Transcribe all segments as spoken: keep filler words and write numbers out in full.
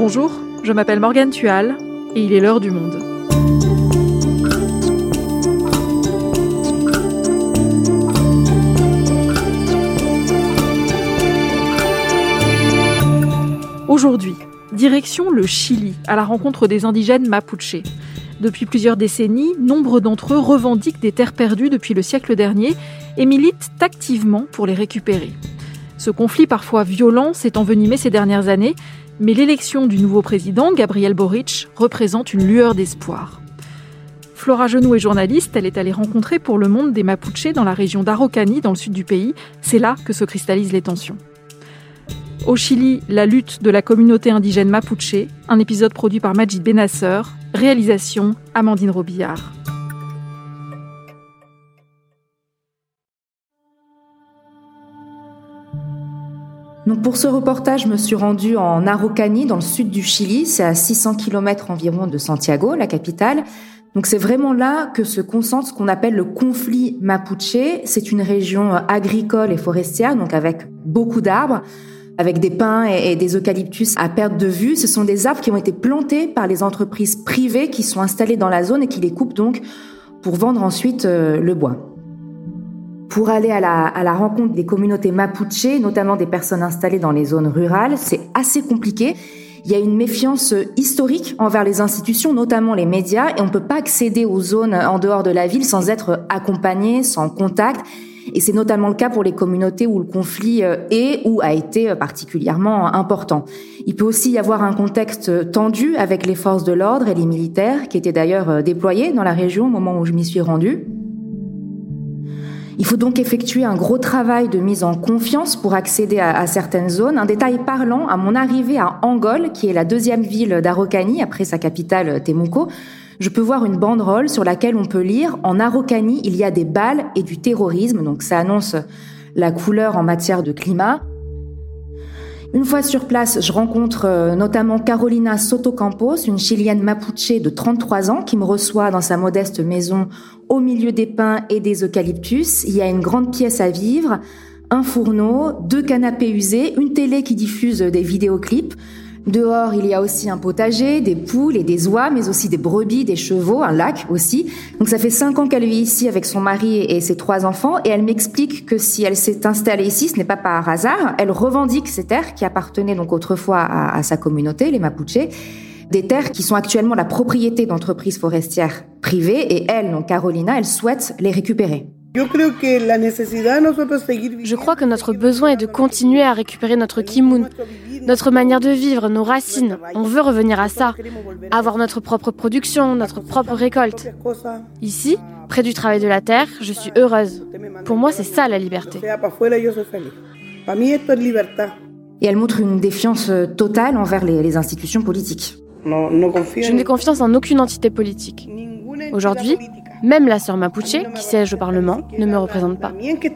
Bonjour, je m'appelle Morgane Tual et il est l'heure du monde. Aujourd'hui, direction le Chili, à la rencontre des indigènes Mapuche. Depuis plusieurs décennies, nombre d'entre eux revendiquent des terres perdues depuis le siècle dernier et militent activement pour les récupérer. Ce conflit parfois violent s'est envenimé ces dernières années, mais l'élection du nouveau président, Gabriel Boric, représente une lueur d'espoir. Flora Genoux est journaliste, elle est allée rencontrer pour Le Monde des Mapuche dans la région d'Araucanie, dans le sud du pays. C'est là que se cristallisent les tensions. Au Chili, la lutte de la communauté indigène Mapuche, un épisode produit par Majid Benasser, réalisation Amandine Robillard. Donc pour ce reportage, je me suis rendue en Araucanie, dans le sud du Chili. C'est à six cents kilomètres environ de Santiago, la capitale. Donc c'est vraiment là que se concentre ce qu'on appelle le conflit Mapuche. C'est une région agricole et forestière, donc avec beaucoup d'arbres, avec des pins et des eucalyptus à perte de vue. Ce sont des arbres qui ont été plantés par les entreprises privées qui sont installées dans la zone et qui les coupent donc pour vendre ensuite le bois. Pour aller à la, à la rencontre des communautés Mapuche, notamment des personnes installées dans les zones rurales, c'est assez compliqué. Il y a une méfiance historique envers les institutions, notamment les médias, et on ne peut pas accéder aux zones en dehors de la ville sans être accompagné, sans contact. Et c'est notamment le cas pour les communautés où le conflit est ou a été particulièrement important. Il peut aussi y avoir un contexte tendu avec les forces de l'ordre et les militaires, qui étaient d'ailleurs déployés dans la région au moment où je m'y suis rendue. Il faut donc effectuer un gros travail de mise en confiance pour accéder à, à certaines zones. Un détail parlant, à mon arrivée à Angol, qui est la deuxième ville d'Araucanie, après sa capitale Temuco, je peux voir une banderole sur laquelle on peut lire « En Araucanie, il y a des balles et du terrorisme ». Donc ça annonce la couleur en matière de climat. Une fois sur place, je rencontre notamment Carolina Soto Campos, une Chilienne Mapuche de trente-trois ans qui me reçoit dans sa modeste maison au milieu des pins et des eucalyptus. Il y a une grande pièce à vivre, un fourneau, deux canapés usés, une télé qui diffuse des vidéoclips. Dehors, il y a aussi un potager, des poules et des oies, mais aussi des brebis, des chevaux, un lac aussi. Donc ça fait cinq ans qu'elle vit ici avec son mari et ses trois enfants, et elle m'explique que si elle s'est installée ici, ce n'est pas par hasard. Elle revendique ces terres qui appartenaient donc autrefois à, à sa communauté, les Mapuche, des terres qui sont actuellement la propriété d'entreprises forestières privées, et elle, donc Carolina, elle souhaite les récupérer. Je crois que notre besoin est de continuer à récupérer notre kimoun, notre manière de vivre, nos racines. On veut revenir à ça, avoir notre propre production, notre propre récolte. Ici, près du travail de la terre, je suis heureuse. Pour moi, c'est ça la liberté. Et elle montre une défiance totale envers les, les institutions politiques. Je n'ai confiance en aucune entité politique. Aujourd'hui, même la sœur Mapuche, qui siège au Parlement, ne me représente pas.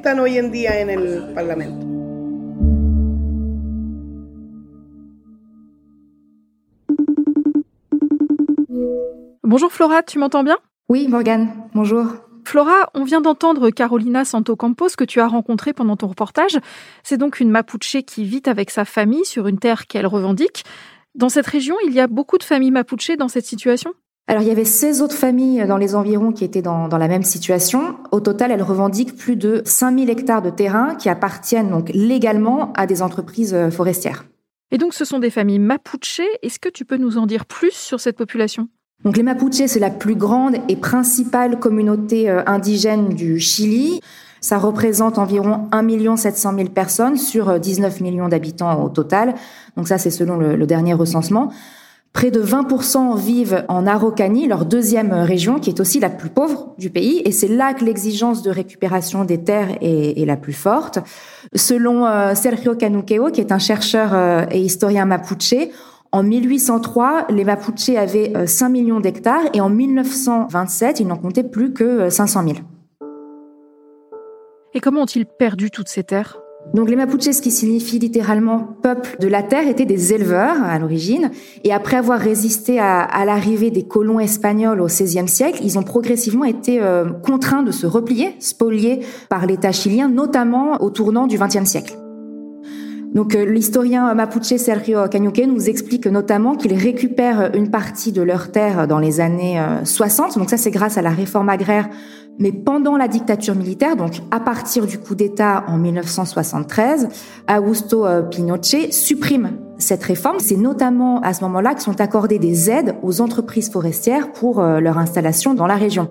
Bonjour Flora, tu m'entends bien ? Oui, Morgane, bonjour. Flora, on vient d'entendre Carolina Soto Campos que tu as rencontrée pendant ton reportage. C'est donc une Mapuche qui vit avec sa famille sur une terre qu'elle revendique. Dans cette région, il y a beaucoup de familles Mapuche dans cette situation ? Alors, il y avait seize autres familles dans les environs qui étaient dans, dans la même situation. Au total, elles revendiquent plus de cinq mille hectares de terrain qui appartiennent donc légalement à des entreprises forestières. Et donc, ce sont des familles Mapuche. Est-ce que tu peux nous en dire plus sur cette population ? Donc, les Mapuche, c'est la plus grande et principale communauté indigène du Chili. Ça représente environ un million sept cent mille personnes sur dix-neuf millions d'habitants au total. Donc ça, c'est selon le, le dernier recensement. Près de vingt pour cent vivent en Araucanie, leur deuxième région, qui est aussi la plus pauvre du pays. Et c'est là que l'exigence de récupération des terres est, est la plus forte. Selon euh, Sergio Canuqueo, qui est un chercheur euh, et historien mapuche, en mille huit cent trois, les Mapuche avaient euh, cinq millions d'hectares et en mille neuf cent vingt-sept, ils n'en comptaient plus que euh, cinq cent mille. Et comment ont-ils perdu toutes ces terres ? Donc les Mapuche, ce qui signifie littéralement peuple de la terre, étaient des éleveurs à l'origine. Et après avoir résisté à, à l'arrivée des colons espagnols au seizième siècle, ils ont progressivement été euh, contraints de se replier, spoliés par l'État chilien, notamment au tournant du vingtième siècle. Donc l'historien mapuche Sergio Cañuque nous explique notamment qu'ils récupèrent une partie de leurs terres dans les années soixante. Donc ça, c'est grâce à la réforme agraire, mais pendant la dictature militaire, donc à partir du coup d'État en dix-neuf cent soixante-treize, Augusto Pinochet supprime cette réforme. C'est notamment à ce moment-là que sont accordées des aides aux entreprises forestières pour leur installation dans la région.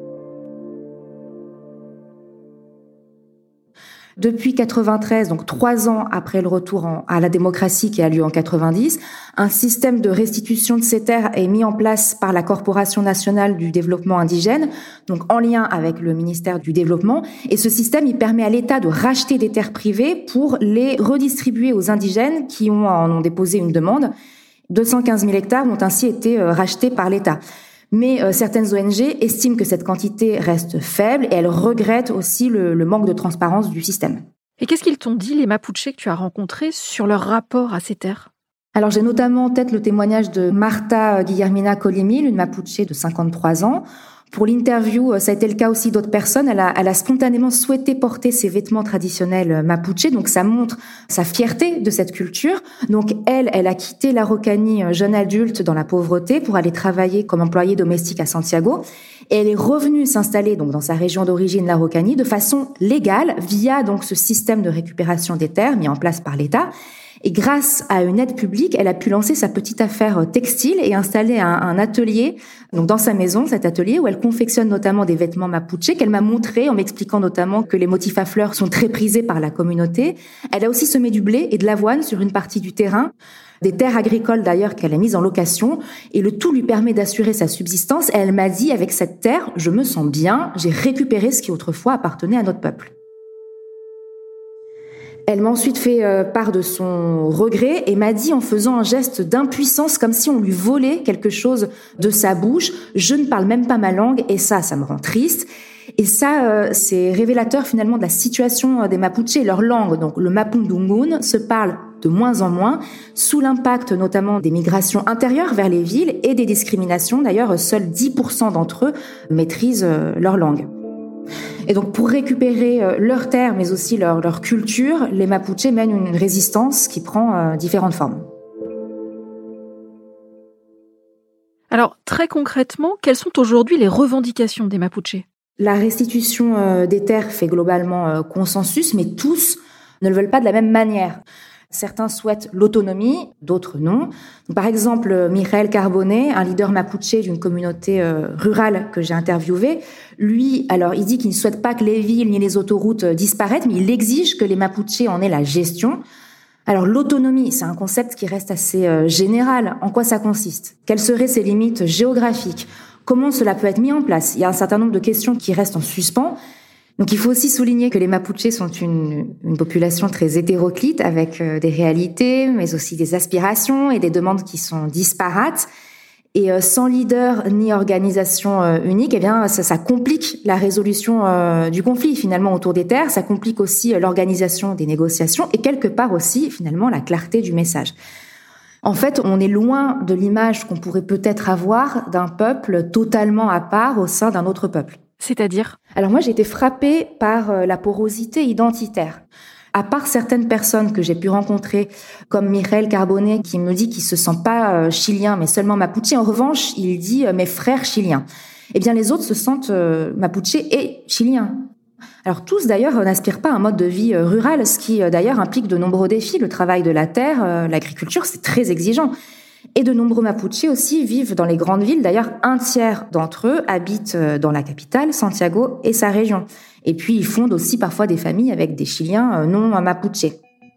Depuis quatre-vingt-treize, donc trois ans après le retour en, à la démocratie qui a lieu en quatre-vingt-dix, un système de restitution de ces terres est mis en place par la Corporation nationale du développement indigène, donc en lien avec le ministère du Développement. Et ce système, il permet à l'État de racheter des terres privées pour les redistribuer aux indigènes qui ont, en ont déposé une demande. deux cent quinze mille hectares ont ainsi été rachetés par l'État. Mais euh, certaines O N G estiment que cette quantité reste faible et elles regrettent aussi le, le manque de transparence du système. Et qu'est-ce qu'ils t'ont dit, les Mapuches que tu as rencontrés, sur leur rapport à ces terres ? Alors j'ai notamment en tête le témoignage de Marta Guillermina Colimil, une Mapuche de cinquante-trois ans. Pour l'interview, ça a été le cas aussi d'autres personnes. Elle a, elle a spontanément souhaité porter ses vêtements traditionnels mapuche, donc ça montre sa fierté de cette culture. Donc elle, elle a quitté l'Araucanie jeune adulte dans la pauvreté pour aller travailler comme employée domestique à Santiago. Et elle est revenue s'installer donc dans sa région d'origine, l'Araucanie, de façon légale via donc ce système de récupération des terres mis en place par l'État. Et grâce à une aide publique, elle a pu lancer sa petite affaire textile et installer un, un atelier, donc dans sa maison, cet atelier où elle confectionne notamment des vêtements mapuche qu'elle m'a montré en m'expliquant notamment que les motifs à fleurs sont très prisés par la communauté. Elle a aussi semé du blé et de l'avoine sur une partie du terrain, des terres agricoles d'ailleurs qu'elle a mises en location, et le tout lui permet d'assurer sa subsistance. Et elle m'a dit, avec cette terre, je me sens bien, j'ai récupéré ce qui autrefois appartenait à notre peuple. Elle m'a ensuite fait part de son regret et m'a dit en faisant un geste d'impuissance comme si on lui volait quelque chose de sa bouche, « Je ne parle même pas ma langue et ça, ça me rend triste ». Et ça, c'est révélateur finalement de la situation des Mapuches et leur langue. Donc le Mapudungun se parle de moins en moins, sous l'impact notamment des migrations intérieures vers les villes et des discriminations. D'ailleurs, seuls dix pour cent d'entre eux maîtrisent leur langue. Et donc, pour récupérer euh, leurs terres, mais aussi leur, leur culture, les Mapuches mènent une résistance qui prend euh, différentes formes. Alors, très concrètement, quelles sont aujourd'hui les revendications des Mapuches ? La restitution euh, des terres fait globalement euh, consensus, mais tous ne le veulent pas de la même manière. Certains souhaitent l'autonomie, d'autres non. Par exemple, Michael Carbonet, un leader mapuche d'une communauté euh, rurale que j'ai interviewé, lui, alors il dit qu'il ne souhaite pas que les villes ni les autoroutes disparaissent, mais il exige que les Mapuches en aient la gestion. Alors l'autonomie, c'est un concept qui reste assez euh, général. En quoi ça consiste ? Quelles seraient ses limites géographiques ? Comment cela peut être mis en place ? Il y a un certain nombre de questions qui restent en suspens. Donc il faut aussi souligner que les Mapuches sont une, une population très hétéroclite avec euh, des réalités, mais aussi des aspirations et des demandes qui sont disparates. Et euh, sans leader ni organisation euh, unique, eh bien ça, ça complique la résolution euh, du conflit finalement autour des terres. Ça complique aussi euh, l'organisation des négociations et quelque part aussi finalement la clarté du message. En fait, on est loin de l'image qu'on pourrait peut-être avoir d'un peuple totalement à part au sein d'un autre peuple. C'est-à-dire ? Alors moi, j'ai été frappée par la porosité identitaire. À part certaines personnes que j'ai pu rencontrer, comme Michael Carbonet, qui me dit qu'il se sent pas chilien, mais seulement mapuche. En revanche, il dit « mes frères chiliens ». Eh bien, les autres se sentent mapuche et chiliens. Alors tous, d'ailleurs, n'aspirent pas à un mode de vie rural, ce qui, d'ailleurs, implique de nombreux défis. Le travail de la terre, l'agriculture, c'est très exigeant. Et de nombreux Mapuches aussi vivent dans les grandes villes. D'ailleurs, un tiers d'entre eux habitent dans la capitale, Santiago, et sa région. Et puis, ils fondent aussi parfois des familles avec des Chiliens non Mapuches.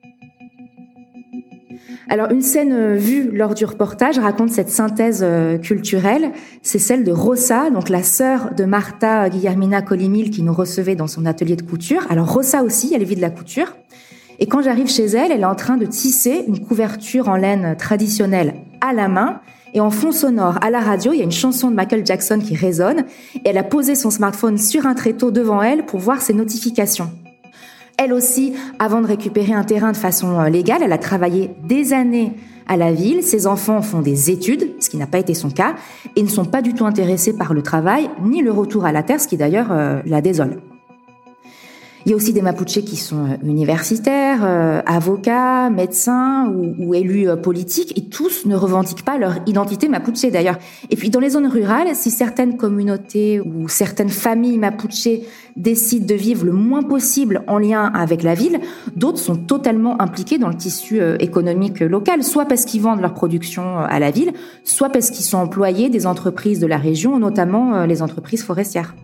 Alors, une scène vue lors du reportage raconte cette synthèse culturelle. C'est celle de Rosa, donc la sœur de Marta Guillermina Colimil, qui nous recevait dans son atelier de couture. Alors, Rosa aussi, elle vit de la couture. Et quand j'arrive chez elle, elle est en train de tisser une couverture en laine traditionnelle à la main. Et en fond sonore, à la radio, il y a une chanson de Michael Jackson qui résonne. Et elle a posé son smartphone sur un tréteau devant elle pour voir ses notifications. Elle aussi, avant de récupérer un terrain de façon légale, elle a travaillé des années à la ville. Ses enfants font des études, ce qui n'a pas été son cas, et ne sont pas du tout intéressés par le travail, ni le retour à la terre, ce qui d'ailleurs euh, la désole. Il y a aussi des Mapuches qui sont universitaires, euh, avocats, médecins ou, ou élus euh, politiques, et tous ne revendiquent pas leur identité Mapuche d'ailleurs. Et puis dans les zones rurales, si certaines communautés ou certaines familles Mapuches décident de vivre le moins possible en lien avec la ville, d'autres sont totalement impliqués dans le tissu euh, économique local, soit parce qu'ils vendent leur production à la ville, soit parce qu'ils sont employés des entreprises de la région, notamment euh, les entreprises forestières.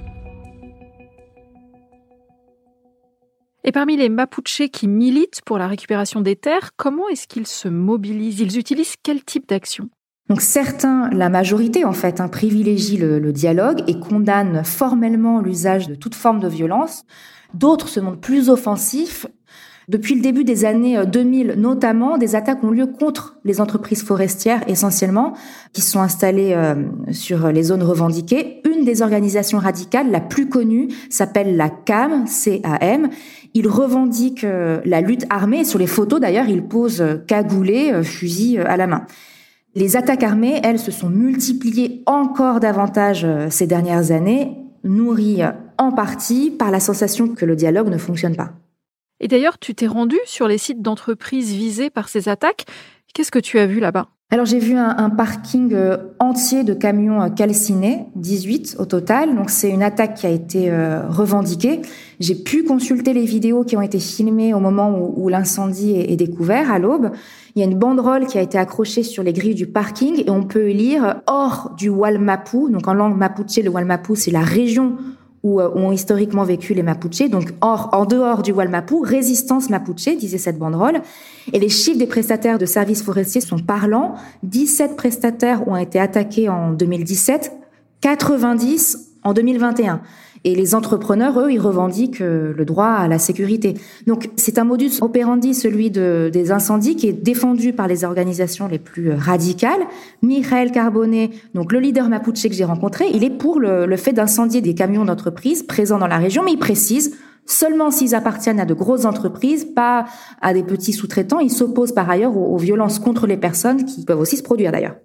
Et parmi les Mapuches qui militent pour la récupération des terres, comment est-ce qu'ils se mobilisent ? Ils utilisent quel type d'action ? Donc certains, la majorité en fait, hein, privilégient le, le dialogue et condamnent formellement l'usage de toute forme de violence. D'autres se montrent plus offensifs. Depuis le début des années deux mille notamment, des attaques ont lieu contre les entreprises forestières essentiellement, qui sont installées euh, sur les zones revendiquées. Une des organisations radicales, la plus connue, s'appelle la C A M, C A M. Ils revendiquent euh, la lutte armée. Sur les photos d'ailleurs, ils posent euh, cagoulés, euh, fusils euh, à la main. Les attaques armées, elles, se sont multipliées encore davantage euh, ces dernières années, nourries euh, en partie par la sensation que le dialogue ne fonctionne pas. Et d'ailleurs, tu t'es rendu sur les sites d'entreprises visées par ces attaques. Qu'est-ce que tu as vu là-bas ? Alors j'ai vu un, un parking euh, entier de camions euh, calcinés, dix-huit au total. Donc c'est une attaque qui a été euh, revendiquée. J'ai pu consulter les vidéos qui ont été filmées au moment où, où l'incendie est, est découvert, à l'aube. Il y a une banderole qui a été accrochée sur les grilles du parking et on peut y lire « Hors du Wallmapu ». Donc en langue mapuche, le Wallmapu, c'est la région où ont historiquement vécu les Mapuches, donc hors, en dehors du Wallmapu, résistance Mapuche, disait cette banderole. Et les chiffres des prestataires de services forestiers sont parlants. dix-sept prestataires ont été attaqués en deux mille dix-sept, quatre-vingt-dix en deux mille vingt et un. Et les entrepreneurs, eux, ils revendiquent le droit à la sécurité. Donc, c'est un modus operandi, celui de, des incendies, qui est défendu par les organisations les plus radicales. Michael Carbonet, donc le leader mapuche que j'ai rencontré, il est pour le, le fait d'incendier des camions d'entreprises présents dans la région, mais il précise seulement s'ils appartiennent à de grosses entreprises, pas à des petits sous-traitants. Il s'oppose par ailleurs aux, aux violences contre les personnes qui peuvent aussi se produire d'ailleurs.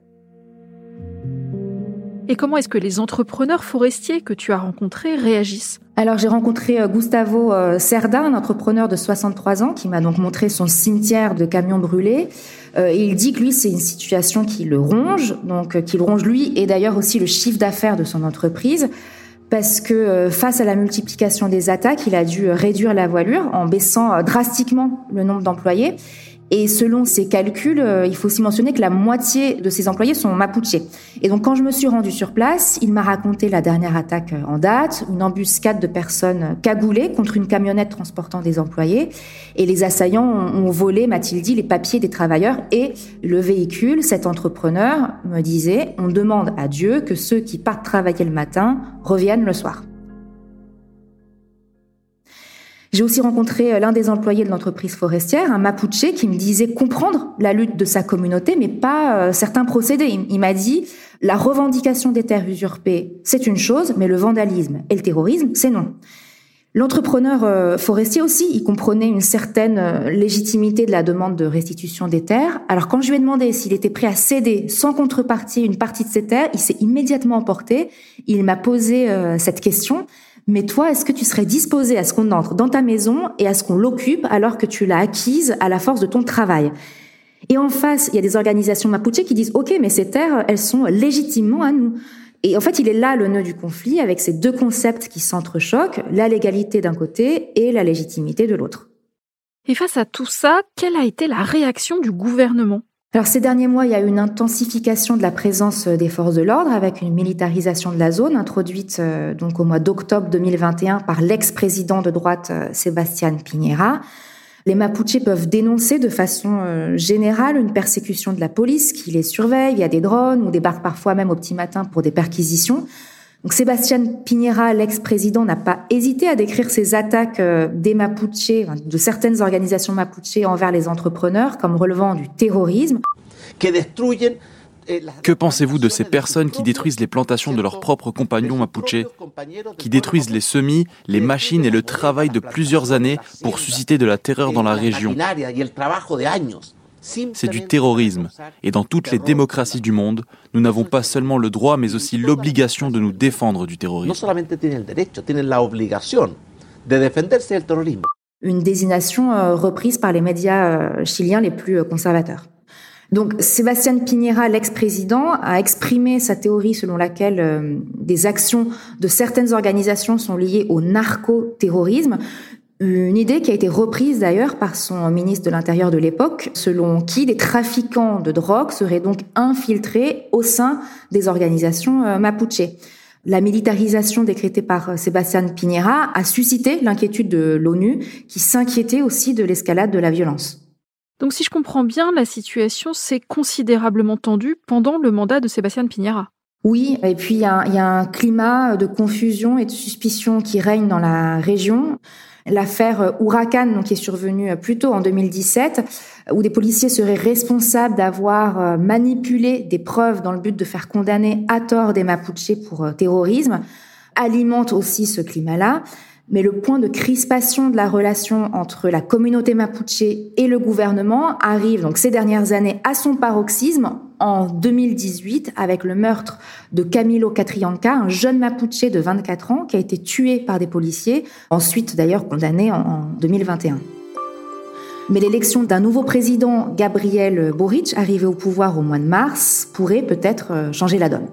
Et comment est-ce que les entrepreneurs forestiers que tu as rencontrés réagissent ? Alors j'ai rencontré Gustavo Cerda, un entrepreneur de soixante-trois ans, qui m'a donc montré son cimetière de camions brûlés. Euh, et il dit que lui, c'est une situation qui le ronge, donc qui le ronge lui et d'ailleurs aussi le chiffre d'affaires de son entreprise, parce que euh, face à la multiplication des attaques, il a dû réduire la voilure en baissant euh, drastiquement le nombre d'employés. Et selon ses calculs, euh, il faut aussi mentionner que la moitié de ses employés sont mapuches. Et donc, quand je me suis rendue sur place, il m'a raconté la dernière attaque en date, une embuscade de personnes cagoulées contre une camionnette transportant des employés. Et les assaillants ont, ont volé, m'a-t-il dit, les papiers des travailleurs et le véhicule. Cet entrepreneur me disait, on demande à Dieu que ceux qui partent travailler le matin reviennent le soir. J'ai aussi rencontré l'un des employés de l'entreprise forestière, un Mapuche, qui me disait comprendre la lutte de sa communauté, mais pas euh, certains procédés. Il, il m'a dit, la revendication des terres usurpées, c'est une chose, mais le vandalisme et le terrorisme, c'est non. L'entrepreneur euh, forestier aussi, il comprenait une certaine euh, légitimité de la demande de restitution des terres. Alors quand je lui ai demandé s'il était prêt à céder sans contrepartie une partie de ses terres, il s'est immédiatement emporté. Il m'a posé euh, cette question. Mais toi, est-ce que tu serais disposé à ce qu'on entre dans ta maison et à ce qu'on l'occupe alors que tu l'as acquise à la force de ton travail ? Et en face, il y a des organisations mapuches qui disent « Ok, mais ces terres, elles sont légitimement à nous ». Et en fait, il est là le nœud du conflit avec ces deux concepts qui s'entrechoquent, la légalité d'un côté et la légitimité de l'autre. Et face à tout ça, quelle a été la réaction du gouvernement ? Alors ces derniers mois, il y a eu une intensification de la présence des forces de l'ordre avec une militarisation de la zone introduite euh, donc au mois d'octobre deux mille vingt et un par l'ex-président de droite euh, Sebastián Piñera. Les Mapuches peuvent dénoncer de façon euh, générale une persécution de la police qui les surveille, il y a des drones ou débarquent parfois même au petit matin pour des perquisitions. Donc Sebastián Piñera, l'ex-président, n'a pas hésité à décrire ces attaques des Mapuches, de certaines organisations Mapuches envers les entrepreneurs comme relevant du terrorisme. Que pensez-vous de ces personnes qui détruisent les plantations de leurs propres compagnons Mapuches, qui détruisent les semis, les machines et le travail de plusieurs années pour susciter de la terreur dans la région ? C'est du terrorisme. Et dans toutes les démocraties du monde, nous n'avons pas seulement le droit, mais aussi l'obligation de nous défendre du terrorisme. de defenderse del terrorismo. Une désignation euh, reprise par les médias euh, chiliens les plus euh, conservateurs. Donc, Sebastián Piñera, l'ex-président, a exprimé sa théorie selon laquelle euh, des actions de certaines organisations sont liées au narcoterrorisme. Une idée qui a été reprise d'ailleurs par son ministre de l'Intérieur de l'époque, selon qui des trafiquants de drogue seraient donc infiltrés au sein des organisations euh, mapuche. La militarisation décrétée par Sebastián Piñera a suscité l'inquiétude de l'ONU, qui s'inquiétait aussi de l'escalade de la violence. Donc si je comprends bien, la situation s'est considérablement tendue pendant le mandat de Sebastián Piñera. Oui, et puis il y a, y a un climat de confusion et de suspicion qui règne dans la région. L'affaire Huracan, donc, qui est survenue plus tôt en deux mille dix-sept, où des policiers seraient responsables d'avoir manipulé des preuves dans le but de faire condamner à tort des Mapuches pour terrorisme, alimente aussi ce climat-là. Mais le point de crispation de la relation entre la communauté mapuche et le gouvernement arrive donc ces dernières années à son paroxysme en deux mille dix-huit avec le meurtre de Camilo Catrillanca, un jeune mapuche de vingt-quatre ans qui a été tué par des policiers, ensuite d'ailleurs condamné en deux mille vingt et un. Mais l'élection d'un nouveau président, Gabriel Boric, arrivé au pouvoir au mois de mars, pourrait peut-être changer la donne.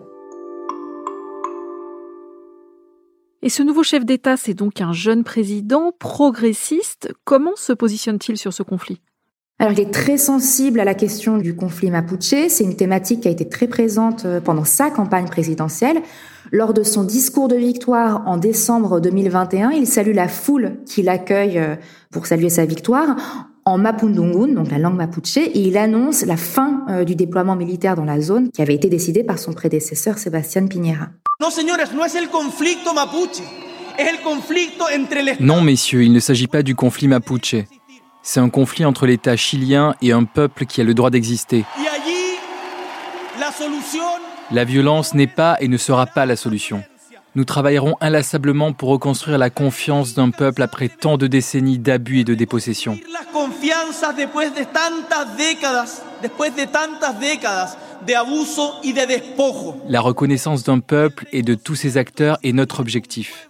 Et ce nouveau chef d'État, c'est donc un jeune président progressiste. Comment se positionne-t-il sur ce conflit ? Alors, il est très sensible à la question du conflit mapuche. C'est une thématique qui a été très présente pendant sa campagne présidentielle. Lors de son discours de victoire en décembre deux mille vingt et un, il salue la foule qui l'accueille pour saluer sa victoire en mapudungun, donc la langue mapuche, et il annonce la fin du déploiement militaire dans la zone qui avait été décidé par son prédécesseur Sebastián Piñera. No, señores, no es el conflicto mapuche. Es el conflicto entre les... Non, messieurs, il ne s'agit pas du conflit mapuche. C'est un conflit entre l'État chilien et un peuple qui a le droit d'exister. Y allí, la solución... La violence n'est pas et ne sera pas la solution. Nous travaillerons inlassablement pour reconstruire la confiance d'un peuple après tant de décennies d'abus et de dépossession. La confianza después de tantas décadas, después de tantas décadas de abuso y de despojo. La reconnaissance d'un peuple et de tous ses acteurs est notre objectif.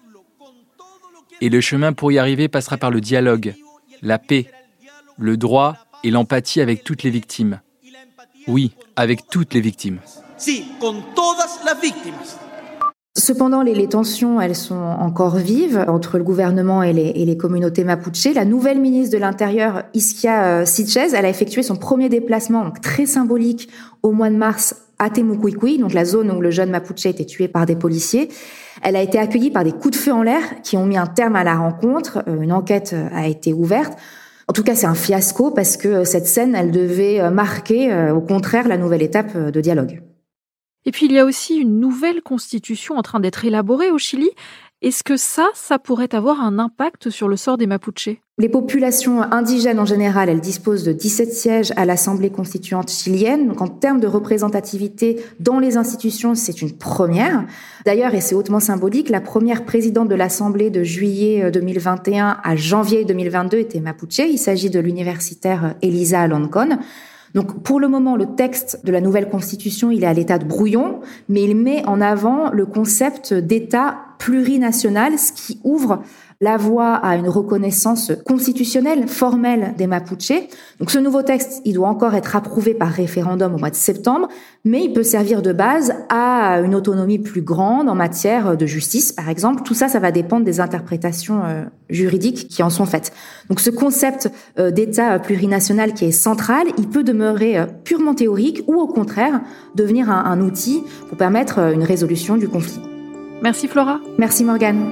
Et le chemin pour y arriver passera par le dialogue, la paix, le droit et l'empathie avec toutes les victimes. Oui, avec toutes les victimes. Sí, con todas las víctimas. Cependant, les, les tensions, elles sont encore vives entre le gouvernement et les, et les communautés mapuche. La nouvelle ministre de l'Intérieur, Isquia Siches, elle a effectué son premier déplacement, donc très symbolique, au mois de mars à Temucuicui, donc la zone où le jeune mapuche a été tué par des policiers. Elle a été accueillie par des coups de feu en l'air qui ont mis un terme à la rencontre. Une enquête a été ouverte. En tout cas, c'est un fiasco parce que cette scène, elle devait marquer, au contraire, la nouvelle étape de dialogue. Et puis, il y a aussi une nouvelle constitution en train d'être élaborée au Chili. Est-ce que ça, ça pourrait avoir un impact sur le sort des Mapuches ? Les populations indigènes en général, elles disposent de dix-sept sièges à l'Assemblée constituante chilienne. Donc, en termes de représentativité dans les institutions, c'est une première. D'ailleurs, et c'est hautement symbolique, la première présidente de l'Assemblée de juillet deux mille vingt et un à janvier deux mille vingt-deux était Mapuche. Il s'agit de l'universitaire Elisa Aloncon. Donc, pour le moment, le texte de la nouvelle constitution, il est à l'état de brouillon, mais il met en avant le concept d'État plurinational, ce qui ouvre la voie à une reconnaissance constitutionnelle, formelle des Mapuches. Donc, ce nouveau texte, il doit encore être approuvé par référendum au mois de septembre, mais il peut servir de base à une autonomie plus grande en matière de justice, par exemple. Tout ça, ça va dépendre des interprétations euh, juridiques qui en sont faites. Donc, ce concept euh, d'État plurinational qui est central, il peut demeurer euh, purement théorique ou, au contraire, devenir un, un outil pour permettre euh, une résolution du conflit. Merci Flora. Merci Morgane.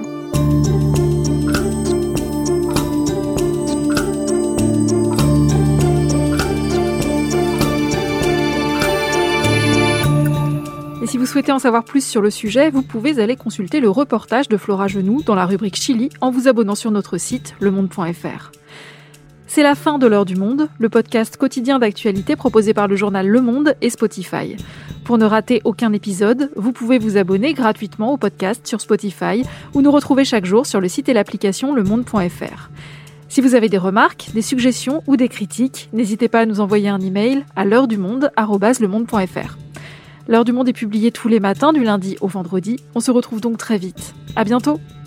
Et si vous souhaitez en savoir plus sur le sujet, vous pouvez aller consulter le reportage de Flora Genoux dans la rubrique Chili en vous abonnant sur notre site le monde point f r. C'est la fin de l'heure du monde, le podcast quotidien d'actualité proposé par le journal Le Monde et Spotify. Pour ne rater aucun épisode, vous pouvez vous abonner gratuitement au podcast sur Spotify ou nous retrouver chaque jour sur le site et l'application le monde point f r. Si vous avez des remarques, des suggestions ou des critiques, n'hésitez pas à nous envoyer un email à l'heure du monde arobase le monde point f r. L'heure du monde est publiée tous les matins du lundi au vendredi. On se retrouve donc très vite. À bientôt!